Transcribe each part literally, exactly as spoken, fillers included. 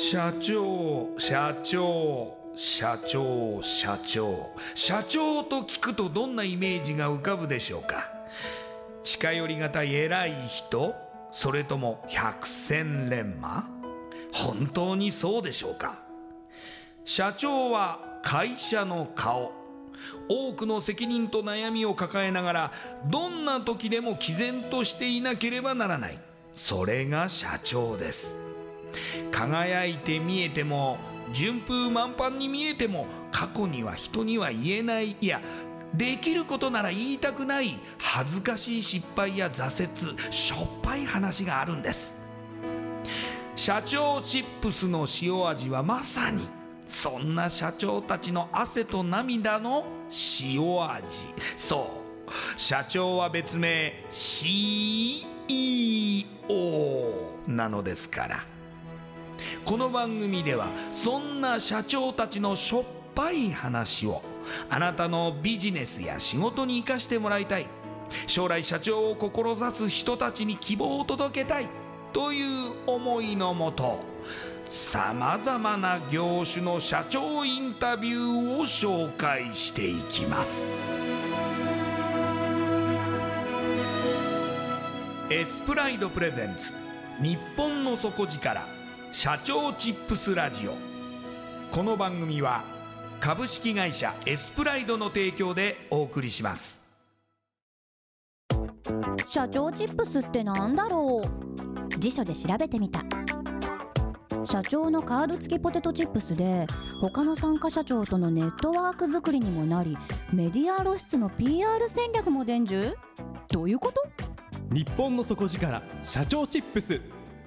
社長社長社長社長社長と聞くとどんなイメージが浮かぶでしょうか。近寄りがたい偉い人、それとも百戦錬磨。本当にそうでしょうか。社長は会社の顔。多くの責任と悩みを抱えながらどんな時でも毅然としていなければならない。それが社長です。輝いて見えても順風満帆に見えても、過去には人には言えない、いやできることなら言いたくない恥ずかしい失敗や挫折、しょっぱい話があるんです。社長チップスの塩味はまさにそんな社長たちの汗と涙の塩味。そう社長は別名 シーイーオー なのですから。この番組ではそんな社長たちのしょっぱい話をあなたのビジネスや仕事に生かしてもらいたい、将来社長を志す人たちに希望を届けたいという思いのもと、さまざまな業種の社長インタビューを紹介していきます。エスプライドプレゼンツ日本の底力社長チップスラジオ。この番組は株式会社エスプライドの提供でお送りします。 社長チップスってなんだろう。辞書で調べてみた。社長のカード付きポテトチップスで、他の参加社長とのネットワーク作りにもなり、メディア露出の ピーアール 戦略も伝授。どういうこと？ 日本の底力社長チップス。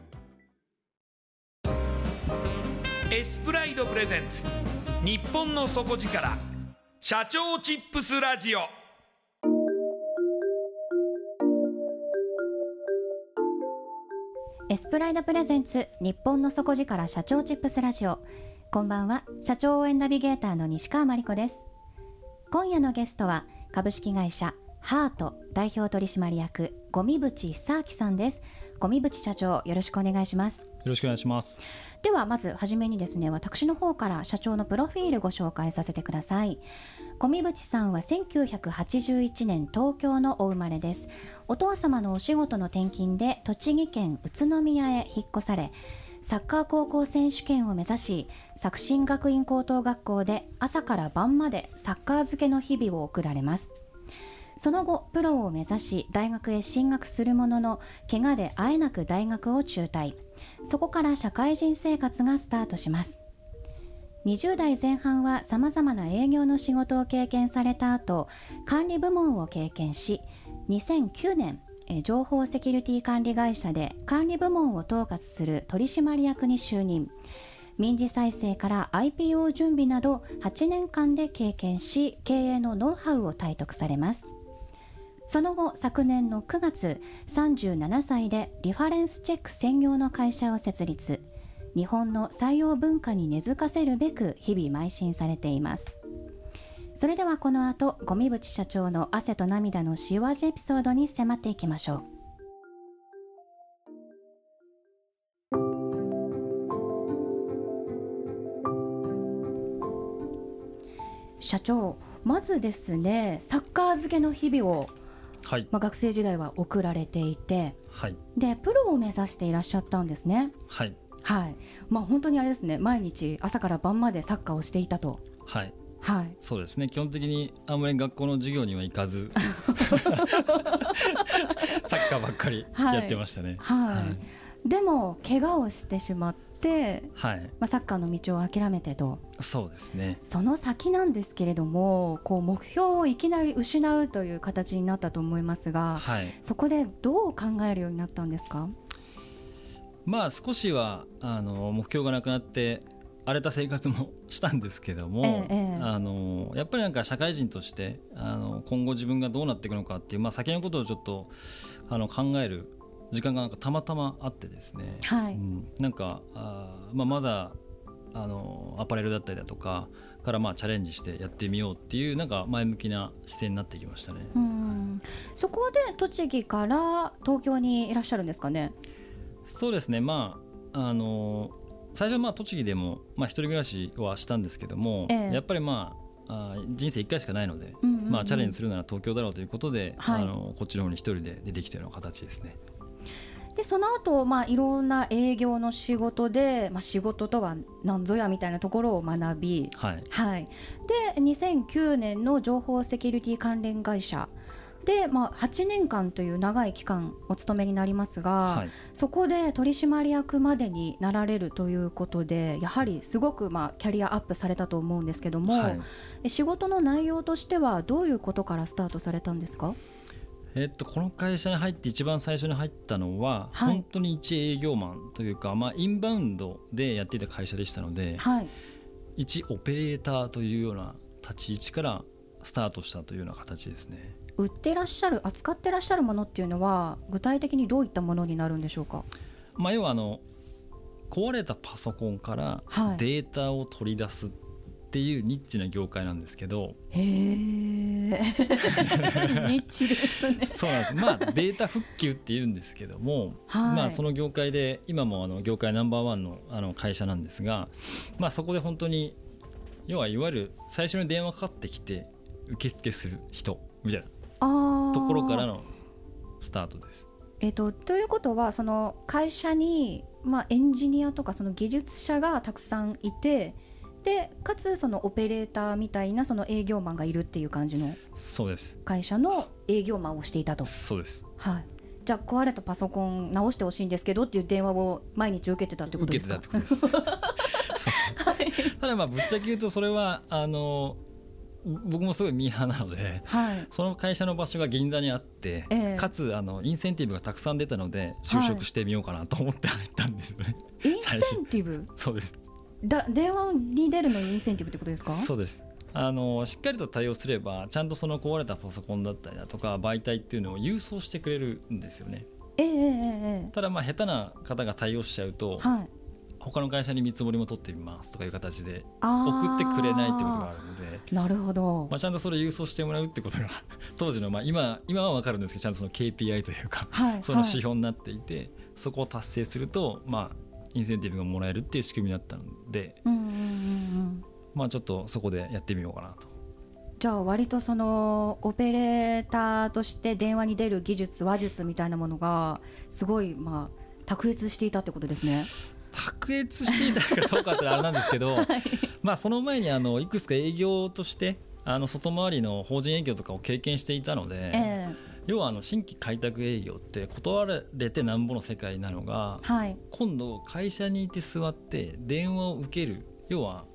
エスプライドプレゼンツ日本の底力社長チップスラジオ。 エスプライドプレゼンツ日本の底力社長チップスラジオ。こんばんは、社長応援ナビゲーターの西川真理子です。今夜のゲストは株式会社ハート代表取締役五味渕久明さんです。五味渕社長、よろしくお願いします。 よろしくお願いします。 ではまずはじめにですね、私の方から社長のプロフィールご紹介させてください。五味渕さんはせんきゅうひゃくはちじゅういちねん東京のお生まれです。お父様のお仕事の転勤で栃木県宇都宮へ引っ越され、サッカー高校選手権を目指し、作新学院高等学校で朝から晩までサッカー漬けの日々を送られます。その後プロを目指し大学へ進学するものの、怪我であえなく大学を中退。そこから社会人生活がスタートします。にじゅう代前半はさまざまな営業の仕事を経験された後、管理部門を経験し、にせんきゅうねんえ情報セキュリティ管理会社で管理部門を統括する取締役に就任。民事再生から アイピーオー 準備などはちねんかんで経験し、経営のノウハウを体得されます。その後、昨年のくがつ、さんじゅうななさいでリファレンスチェック専業の会社を設立。日本の採用文化に根付かせるべく日々邁進されています。それではこの後、五味渕社長の汗と涙の塩味エピソードに迫っていきましょう。社長、まずですね、サッカー漬けの日々をはいまあ、学生時代は送られていて、 はい、 でプロを目指していらっしゃったんですね。 はい、 はいまあ、本当にあれですね、毎日朝から晩までサッカーをしていたと。 はいはい、そうですね。基本的にあんまり学校の授業には行かずサッカーばっかりやってましたね。 はい、 はいはい、でも怪我をしてしまって、 はいまあ、サッカーの道を諦めてと。 そうですね。 その先なんですけれども、こう目標をいきなり失うという形になったと思いますが、はい、そこでどう考えるようになったんですか？ まあ少しはあの目標がなくなって荒れた生活もしたんですけども、ええ、あのやっぱりなんか社会人としてあの今後自分がどうなっていくのかっていう、まあ、先のことをちょっとあの考える時間がなんかたまたまあってですね、はいうん、なんかあ、まあ、まずはあのアパレルだったりだとかからまあチャレンジしてやってみようっていうなんか前向きな姿勢になってきましたね。 うん、そこで栃木から東京にいらっしゃるんですかね？ そうですね、まああの最初まあ栃木でもまあ一人暮らしはしたんですけども、ええ、やっぱりまああ人生いっかいしかないので、うんうんうん、まあ、チャレンジするなら東京だろうということで、はい、あのこっちの方に一人で出てきているような形ですね。 でその後、まあいろんな営業の仕事で、まあ、仕事とは何ぞやみたいなところを学び、 はいはい、でにせんきゅうねんの情報セキュリティ関連会社で、まあ、はちねんかんという長い期間お勤めになりますが、はい、そこで取締役までになられるということでやはりすごくまあキャリアアップされたと思うんですけども、はい、仕事の内容としてはどういうことからスタートされたんですか？ えっと、この会社に入って一番最初に入ったのは、はい、本当に一営業マンというか、まあ、インバウンドでやっていた会社でしたので、はい、一オペレーターというような立ち位置からスタートしたというような形ですね。 売ってらっしゃる扱ってらっしゃるものっていうのは具体的にどういったものになるんでしょうか？ まあ、要はあの壊れたパソコンからデータを取り出すっていうニッチな業界なんですけど、 へーニッチですね。 そうなんです、まあ、データ復旧っていうんですけども、はい、まあ、その業界で今もあの業界ナンバーワン の, あの会社なんですが、まあ、そこで本当に要はいわゆる最初に電話かかってきて受付する人みたいなところからのスタートです。 えー、とということはその会社に、まあ、エンジニアとかその技術者がたくさんいて、でかつそのオペレーターみたいなその営業マンがいるっていう感じの会社の営業マンをしていたと。 そうです、 はい、じゃあ壊れたパソコン直してほしいんですけどっていう電話を毎日受けてたってことですか？ 受けてたってことですそう、はい、ただまあぶっちゃけ言うとそれはあの僕もすごいミーハーなので、はい、その会社の場所が銀座にあって、えー、かつあのインセンティブがたくさん出たので就職してみようかなと思って入ったんですよね、 はい、インセンティブそうですだ電話に出るのにインセンティブってことですか？ そうです。あのしっかりと対応すればちゃんとその壊れたパソコンだったりだとか媒体っていうのを郵送してくれるんですよね。 えーえー、 ただまあ下手な方が対応しちゃうと、はい、他の会社に見積もりも取ってみますとかいう形で送ってくれないってことがあるので、 なるほど、 まあ、ちゃんとそれ郵送してもらうってことが当時の、まあ、今, 今は分かるんですけどちゃんとその ケーピーアイ というか、はい、その指標になっていて、はい、そこを達成するとまあインセンティブがもらえるっていう仕組みだったので、うんうんうんうん、まあちょっとそこでやってみようかなと。 じゃあ割とそのオペレーターとして電話に出る技術話術みたいなものがすごいまあ卓越していたってことですね。 卓越していたかどうかってあれなんですけど、はい、まあその前にあのいくつか営業としてあの外回りの法人営業とかを経験していたので、えー要はあの新規開拓営業って断られてなんぼの世界なのが、はい、今度会社にいて座って電話を受ける、要は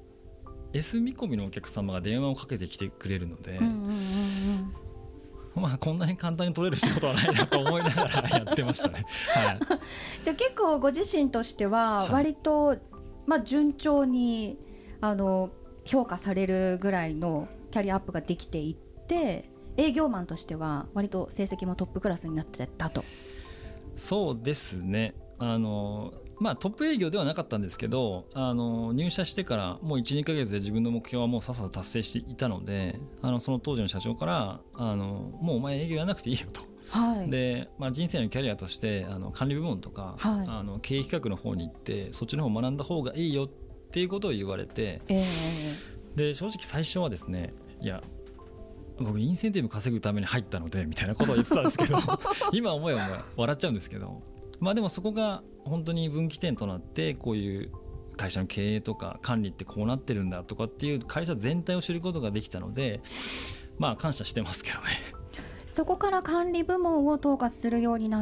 S 見込みのお客様が電話をかけてきてくれるので、うんうんうんうん、まあこんなに簡単に取れる仕事はないなと思いながらやってましたね、はい、 じゃあ結構ご自身としては割と、はい、まあ、順調にあの評価されるぐらいのキャリアアップができていって営業マンとしては割と成績もトップクラスになってたと。 そうですね、あの、まあ、トップ営業ではなかったんですけどあの入社してからもう いち,に ヶ月で自分の目標はもうさっさと達成していたのであのその当時の社長からあのもうお前営業やらなくていいよと、はいでまあ、人生のキャリアとしてあの管理部門とか、はい、あの経営企画の方に行ってそっちの方を学んだ方がいいよっていうことを言われて、えー、で正直最初はですねいや僕インセンティブ稼ぐために入ったのでみたいなことを言ってたんですけど今思えば笑っちゃうんですけど、まあでもそこが本当に分岐点となってこういう会社の経営とか管理ってこうなってるんだとかっていう会社全体を知ることができたのでまあ感謝してますけどね。 そこから管理部門を統括するようになって、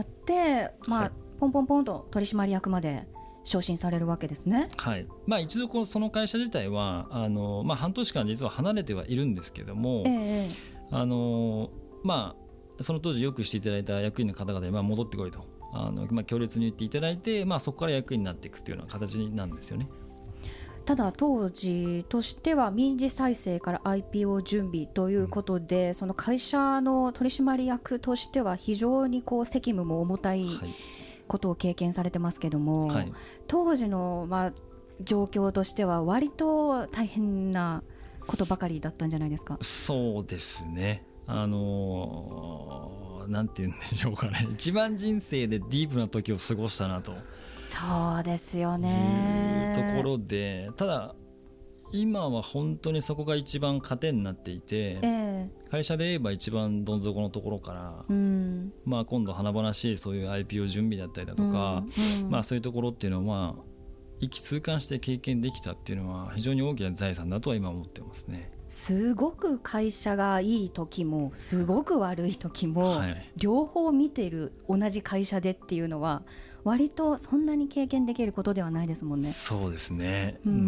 まあはい、ポンポンポンと取締役まで昇進されるわけですね。 はい、まあ、一度こうその会社自体はあの、まあ、半年間実は離れてはいるんですけども、えーあのまあ、その当時よくしていただいた役員の方々にまあ戻ってこいとあの、まあ、強烈に言っていただいて、まあ、そこから役員になっていくというような形なんですよね。 ただ当時としては民事再生から アイピーオー 準備ということで、うん、その会社の取締役としては非常にこう責務も重たい、はいことを経験されてますけども、はい、当時の、まあ、状況としては割と大変なことばかりだったんじゃないですか。 そうですね、あのー、なんて言うんでしょうかね一番人生でディープな時を過ごしたなとそうですよねいうところで、ただ今は本当にそこが一番糧になっていて、えー、会社で言えば一番どん底のところから、うんまあ、今度華々しいそういう アイピーオー 準備だったりだとか、うんうんまあ、そういうところっていうのは意気通貫して経験できたっていうのは非常に大きな財産だとは今思ってますね。 すごく会社がいい時もすごく悪い時も、はい、両方見てる同じ会社でっていうのは割とそんなに経験できることではないですもんね。 そうですね。うん、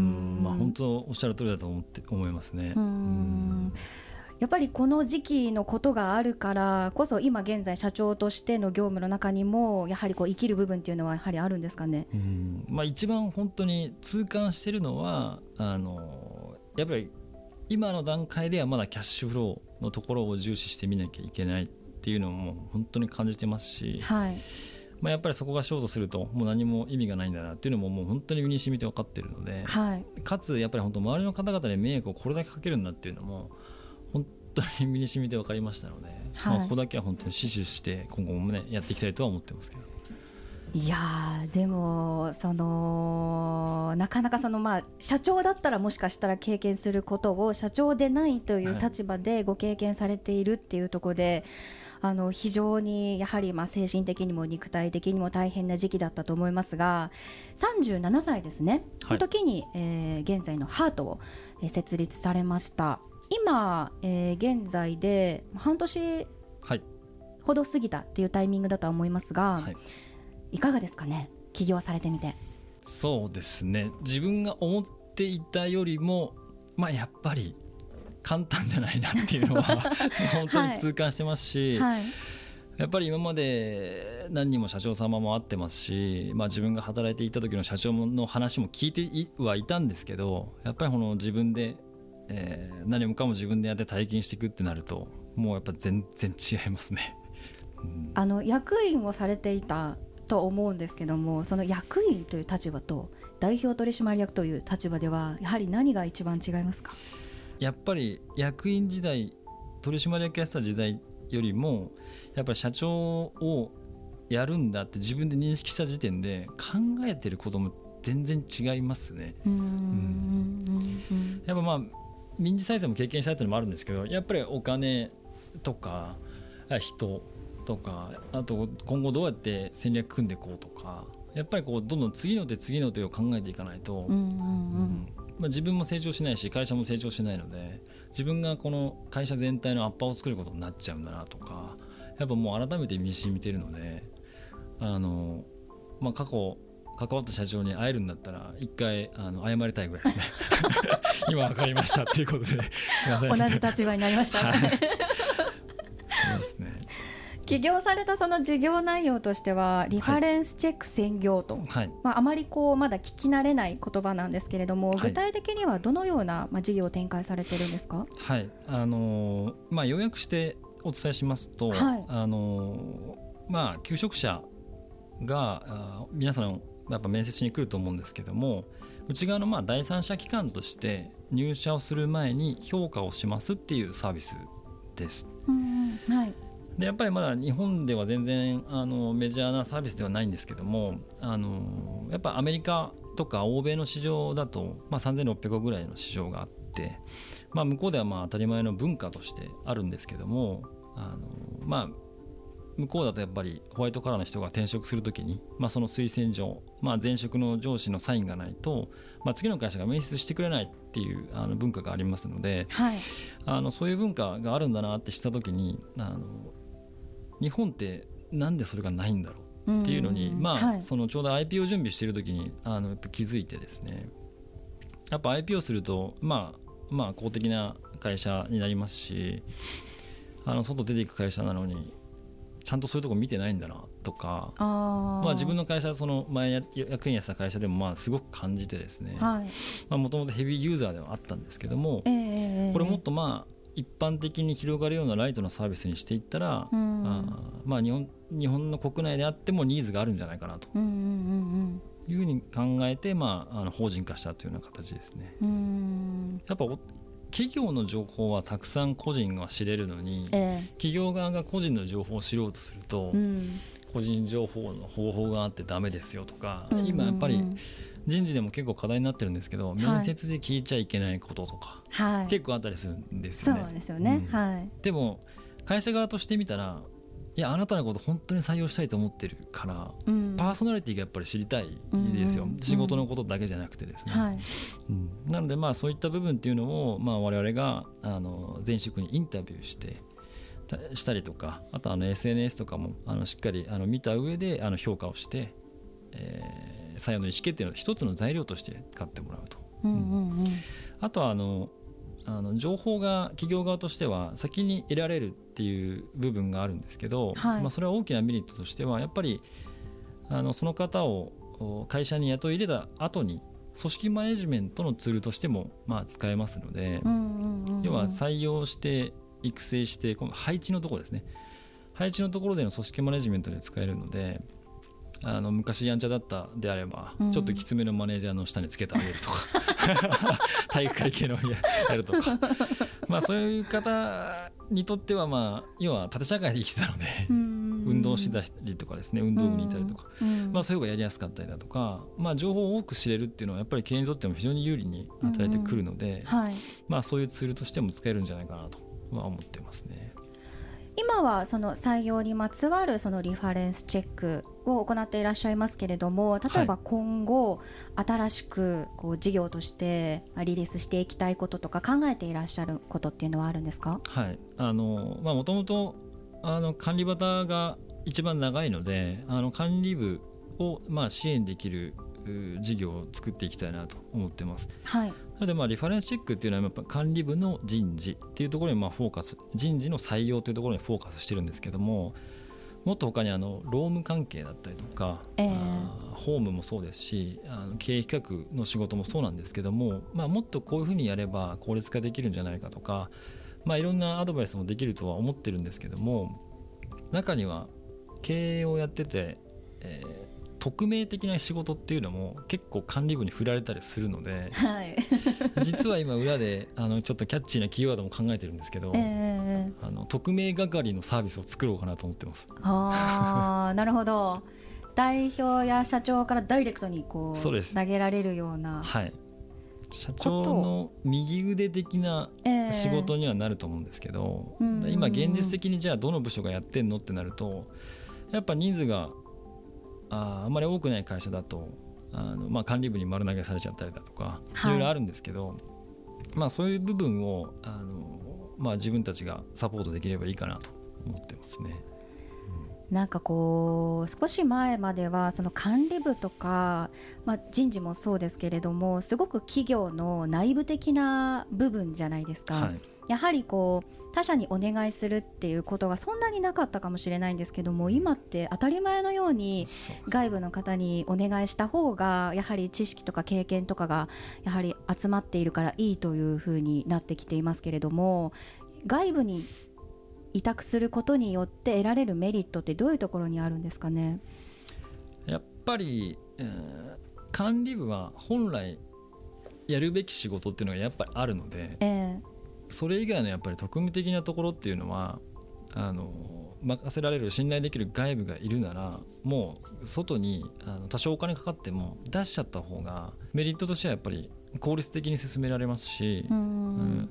まあ、本当おっしゃる通りだと思って思いますね。うんうんやっぱりこの時期のことがあるからこそ今現在社長としての業務の中にもやはりこう生きる部分っていうのはやはりあるんですかね。 うんまあ、一番本当に痛感してるのはあのやっぱり今の段階ではまだキャッシュフローのところを重視してみなきゃいけないっていうのも本当に感じてますし、はいまあ、やっぱりそこがショートするともう何も意味がないんだなっていうのももう本当に身に染みて分かっているので、はい、かつやっぱり本当周りの方々に迷惑をこれだけかけるんだっていうのも本当に身に染みて分かりましたので、はいまあ、ここだけは本当に死守して今後もねやっていきたいとは思ってますけど。 いやでもそのなかなかその、まあ、社長だったらもしかしたら経験することを社長でないという立場でご経験されているっていうところで、はい、あの非常にやはりまあ精神的にも肉体的にも大変な時期だったと思いますがさんじゅうななさいですね、はい、の時に、えー、現在のハートを、えー、設立されました。今、えー、現在で半年ほど過ぎたっていうタイミングだとは思いますが、はいいかがですかね起業されてみて。 そうですね自分が思っていたよりも、まあ、やっぱり簡単じゃないなっていうのは本当に痛感してますし、はいはい、やっぱり今まで何人も社長様も会ってますし、まあ、自分が働いていた時の社長の話も聞いてはいたんですけどやっぱりこの自分で、えー、何もかも自分でやって体験していくってなるともうやっぱ全然違いますね、 うん、あの役員をされていたと思うんですけどもその役員という立場と代表取締役という立場ではやはり何が一番違いますか。 やっぱり役員時代取締役やってた時代よりもやっぱり社長をやるんだって自分で認識した時点で考えてることも全然違いますね。うんうんうんやっぱまあ民事再生も経験したいというのもあるんですけどやっぱりお金とか人とかあと今後どうやって戦略組んでいこうとかやっぱりこうどんどん次の手次の手を考えていかないと、うんうんうんまあ、自分も成長しないし会社も成長しないので自分がこの会社全体のアッパーを作ることになっちゃうんだなとかやっぱもう改めて身に染みてるのであの、まあ、過去関わった社長に会えるんだったら一回あの謝りたいぐらいですね今分かりましたっていうことですいません同じ立場になりました、はい、そうですね起業されたその事業内容としてはリファレンスチェック専業と、はいまあ、あまりこうまだ聞き慣れない言葉なんですけれども、はい、具体的にはどのような、まあ、事業を展開されているんですか。 はいあのーまあ、要約してお伝えしますと、はいあのーまあ、求職者が皆さんやっぱ面接しに来ると思うんですけども内側のまあ第三者機関として入社をする前に評価をしますっていうサービスです。うんはいでやっぱりまだ日本では全然あのメジャーなサービスではないんですけどもあのやっぱアメリカとか欧米の市場だと、まあ、さんぜんろっぴゃくおくぐらいの市場があって、まあ、向こうではまあ当たり前の文化としてあるんですけどもあの、まあ、向こうだとやっぱりホワイトカラーの人が転職するときに、まあ、その推薦状、まあ、前職の上司のサインがないと、まあ、次の会社が面接してくれないっていうあの文化がありますので、はい、あのそういう文化があるんだなって知ったときにあの日本ってなんでそれがないんだろうっていうのに、まあはい、そのちょうど アイピーオー 準備している時にあのやっぱ気づいてですねやっぱ アイピーオー すると、まあ、まあ公的な会社になりますしあの外出ていく会社なのにちゃんとそういうとこ見てないんだなとかあ、まあ、自分の会社その前役員やってた会社でもまあすごく感じてですねもともとヘビーユーザーではあったんですけども、えー、これもっとまあ一般的に広がるようなライトなサービスにしていったら、うん、あまあ、日本、日本の国内であってもニーズがあるんじゃないかなというふうに考えて、まあ、あの法人化したというような形ですね。うんやっぱ企業の情報はたくさん個人が知れるのに、えー、企業側が個人の情報を知ろうとすると、うん、 個人情報の方法があってダメですよとか、 うんうんうん、 今やっぱり人事でも結構課題になってるんですけど、面接で聞いちゃいけないこととか、はい、結構あったりするんですよね。 そうですよね、うん、はい、 でも会社側としてみたら、いやあなたのこと本当に採用したいと思ってるから、うん、パーソナリティがやっぱり知りたいですよ、うんうんうん、仕事のことだけじゃなくてですね、はい、うん、なのでまあそういった部分っていうのを、まあ、我々があの前職にインタビューしてしたりとか、あとあの エスエヌエス とかもあのしっかりあの見た上であの評価をして、えー、採用の意思決定の一つの材料として使ってもらうと、うんうんうん、あとはあのあの情報が企業側としては先に得られるっていう部分があるんですけど、はい、まあ、それは大きなメリットとしてはやっぱりあのその方を会社に雇い入れた後に組織マネジメントのツールとしてもまあ使えますので、うんうんうんうん、要は採用して育成してこの配置のところですね、配置のところでの組織マネジメントで使えるので、あの昔やんちゃだったであれば、うん、ちょっときつめのマネージャーの下につけてあげるとか体育会系のやるとかまあそういう方にとっては、まあ要は縦社会で生きてたので運動してたりとかですね、運動部にいたりとか、まあそういう方がやりやすかったりだとか、まあ情報を多く知れるっていうのはやっぱり経営にとっても非常に有利に与えてくるので、はい、まあそういうツールとしても使えるんじゃないかなとは思ってますね。 今はその採用にまつわるそのリファレンスチェックを行っていらっしゃいますけれども、例えば今後新しくこう事業としてリリースしていきたいこととか考えていらっしゃることっていうのはあるんですか？ はい、あのまあもともとあの管理バタが一番長いので、あの管理部をまあ支援できる事業を作っていきたいなと思ってます。はい、なのでまあリファレンスチェックっていうのはやっぱ管理部の人事っていうところにまあフォーカス、人事の採用というところにフォーカスしてるんですけども、もっと他にあの労務関係だったりとか、えー、あ法務もそうですし、あの経営企画の仕事もそうなんですけども、まあ、もっとこういうふうにやれば効率化できるんじゃないかとか、まあ、いろんなアドバイスもできるとは思ってるんですけども、中には経営をやってて、えー匿名的な仕事っていうのも結構管理部に振られたりするので、はい、実は今裏であのちょっとキャッチーなキーワードも考えてるんですけど、えー、あの匿名係のサービスを作ろうかなと思ってます。 あなるほど、代表や社長からダイレクトにこう投げられるような、 はい、社長の右腕的な仕事にはなると思うんですけど、えー、今現実的にじゃあどの部署がやってんのってなると、やっぱ人数があ, あんまり多くない会社だとあの、まあ、管理部に丸投げされちゃったりだとか、はい、いろいろあるんですけど、まあ、そういう部分をあの、まあ、自分たちがサポートできればいいかなと思ってますね。 なんかこう少し前まではその管理部とか、まあ、人事もそうですけれども、すごく企業の内部的な部分じゃないですか、はい、やはりこう他社にお願いするっていうことがそんなになかったかもしれないんですけども、今って当たり前のように外部の方にお願いした方がやはり知識とか経験とかがやはり集まっているからいいというふうになってきていますけれども、外部に委託することによって得られるメリットってどういうところにあるんですかね？ やっぱり、えー、管理部は本来やるべき仕事っていうのがやっぱりあるので、えーそれ以外のやっぱり特務的なところっていうのはあの任せられる信頼できる外部がいるなら、もう外にあの多少お金かかっても出しちゃった方がメリットとしてはやっぱり効率的に進められますし、うん、うん、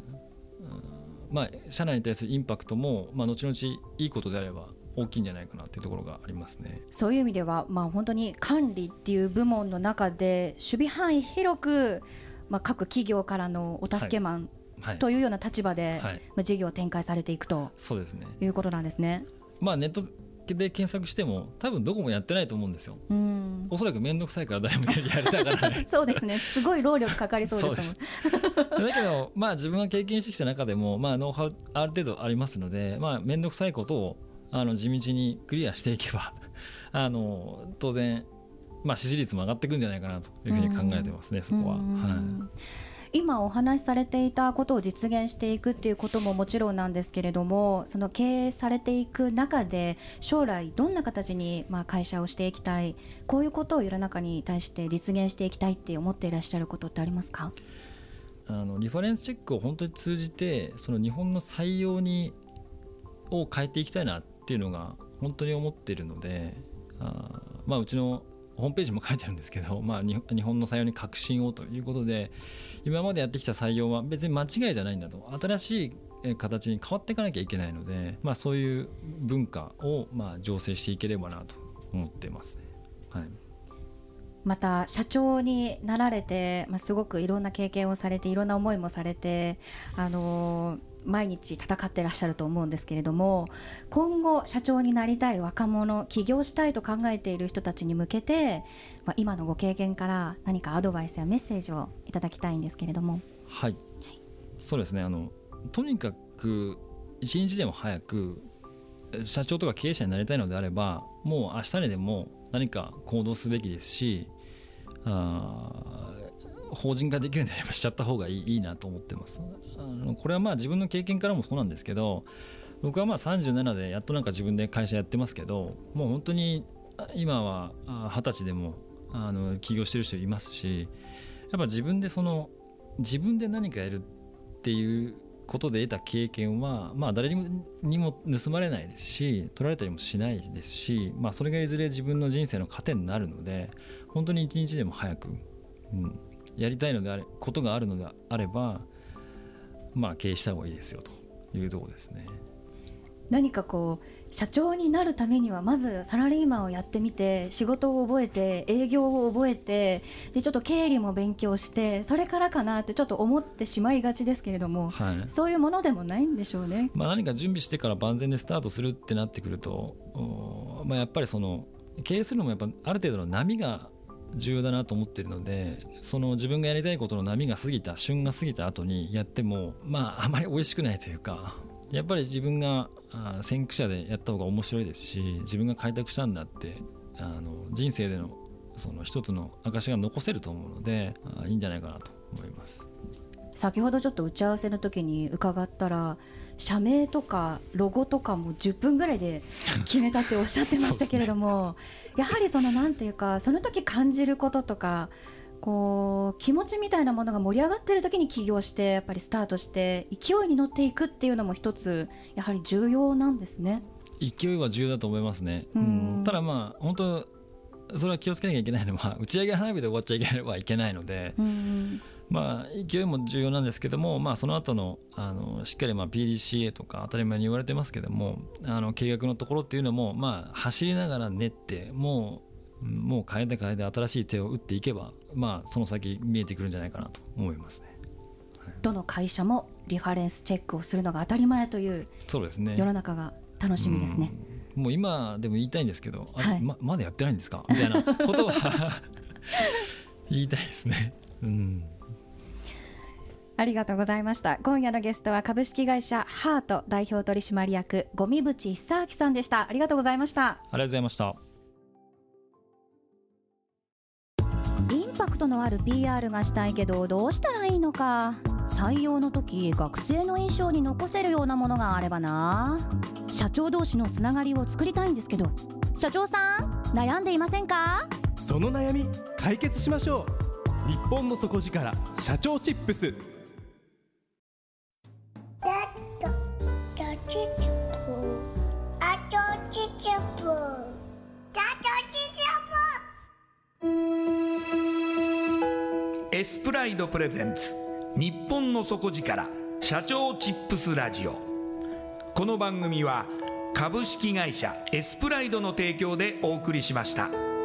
まあ社内に対するインパクトも、まあ、後々いいことであれば大きいんじゃないかなっていうところがありますね。 そういう意味では、まあ、本当に管理っていう部門の中で守備範囲広く、まあ、各企業からのお助けマン、はいはい、というような立場で、はい、まあ、事業を展開されていくとそうですね、 いうことなんですね。 まあ、ネットで検索しても多分どこもやってないと思うんですよ。うん、おそらく面倒くさいから誰もやりたがらないそうですね、すごい労力かかりそうですもんだけど、まあ、自分が経験してきた中でも、まあ、ノウハウある程度ありますので、まあ、面倒くさいことをあの地道にクリアしていけばあの当然、まあ、支持率も上がっていくんじゃないかなというふうに考えてますね、そこは。はい、 今お話しされていたことを実現していくっていうことももちろんなんですけれども、その経営されていく中で将来どんな形にまあ会社をしていきたい、こういうことを世の中に対して実現していきたいって思っていらっしゃることってありますか？ あのリファレンスチェックを本当に通じてその日本の採用にを変えていきたいなっていうのが本当に思っているので、 まあ、うちのホームページも書いてるんですけど、まあ、日本の採用に革新をということで、今までやってきた採用は別に間違いじゃないんだと、新しい形に変わっていかなきゃいけないので、まあ、そういう文化をまあ醸成していければなと思っていますね。はい、 また社長になられて、まあ、すごくいろんな経験をされていろんな思いもされて、あのー、毎日戦ってらっしゃると思うんですけれども、今後社長になりたい若者、起業したいと考えている人たちに向けて、まあ、今のご経験から何かアドバイスやメッセージをいただきたいんですけれども。 はい、はい、そうですね、あのとにかく一日でも早く社長とか経営者になりたいのであれば、もう明日にでも何か行動すべきですし、あ法人化できるんであればしちゃった方がいい、いいなと思ってます。あのこれはまあ自分の経験からもそうなんですけど、僕はまあさんじゅうななでやっとなんか自分で会社やってますけど、もう本当に今ははたちでもあの起業してる人いますし、やっぱ自分でその自分で何かやるっていうことで得た経験は、まあ、誰にも、にも盗まれないですし、取られたりもしないですし、まあ、それがいずれ自分の人生の糧になるので、本当に一日でも早く、うん、やりたいのであれことがあるのであれば、まあ、経営した方がいいですよというところですね。 何かこう社長になるためにはまずサラリーマンをやってみて、仕事を覚えて、営業を覚えて、でちょっと経理も勉強して、それからかなってちょっと思ってしまいがちですけれども、はい、そういうものでもないんでしょうね。 まあ、何か準備してから万全でスタートするってなってくると、まあ、やっぱりその経営するのもやっぱある程度の波が重要だなと思っているので、その自分がやりたいことの波が過ぎた、旬が過ぎた後にやっても、まあ、あまり美味しくないというか、やっぱり自分があ先駆者でやった方が面白いですし、自分が開拓したんだってあの人生でのその一つの証が残せると思うので、あいいんじゃないかなと思います。 先ほどちょっと打ち合わせの時に伺ったら、社名とかロゴとかもじゅっぷんぐらいで決めたっておっしゃってましたけれども、ね、やはりそのなんていうか、その時感じることとか、こう気持ちみたいなものが盛り上がっている時に起業して、やっぱりスタートして勢いに乗っていくっていうのも一つやはり重要なんですね。 勢いは重要だと思いますね。うん、ただまあ本当それは気をつけなきゃいけないのは、打ち上げ花火で終わっちゃいけないはいけないので、うんまあ、勢いも重要なんですけども、まあ、その後のあのしっかりまあ ピーディーシーエー とか当たり前に言われてますけども、あの計画のところっていうのも、まあ、走りながら練って、もうもう変えて変えて新しい手を打っていけば、まあ、その先見えてくるんじゃないかなと思いますね。 はい、どの会社もリファレンスチェックをするのが当たり前という世の中が楽しみですね。 もう今でも言いたいんですけど、はい、ま, まだやってないんですかみたいなことは言いたいですね。うんありがとうございました。今夜のゲストは株式会社ハート代表取締役五味渕久明さんでした。ありがとうございました。 ありがとうございました。 インパクトのある ピーアール がしたいけどどうしたらいいのか。採用の時学生の印象に残せるようなものがあればな。社長同士のつながりを作りたいんですけど、社長さん悩んでいませんか？ その悩み解決しましょう。日本の底力社長チップス。 エスプライドプレゼンツ日本の底力社長チップスラジオ。この番組は株式会社エスプライドの提供でお送りしました。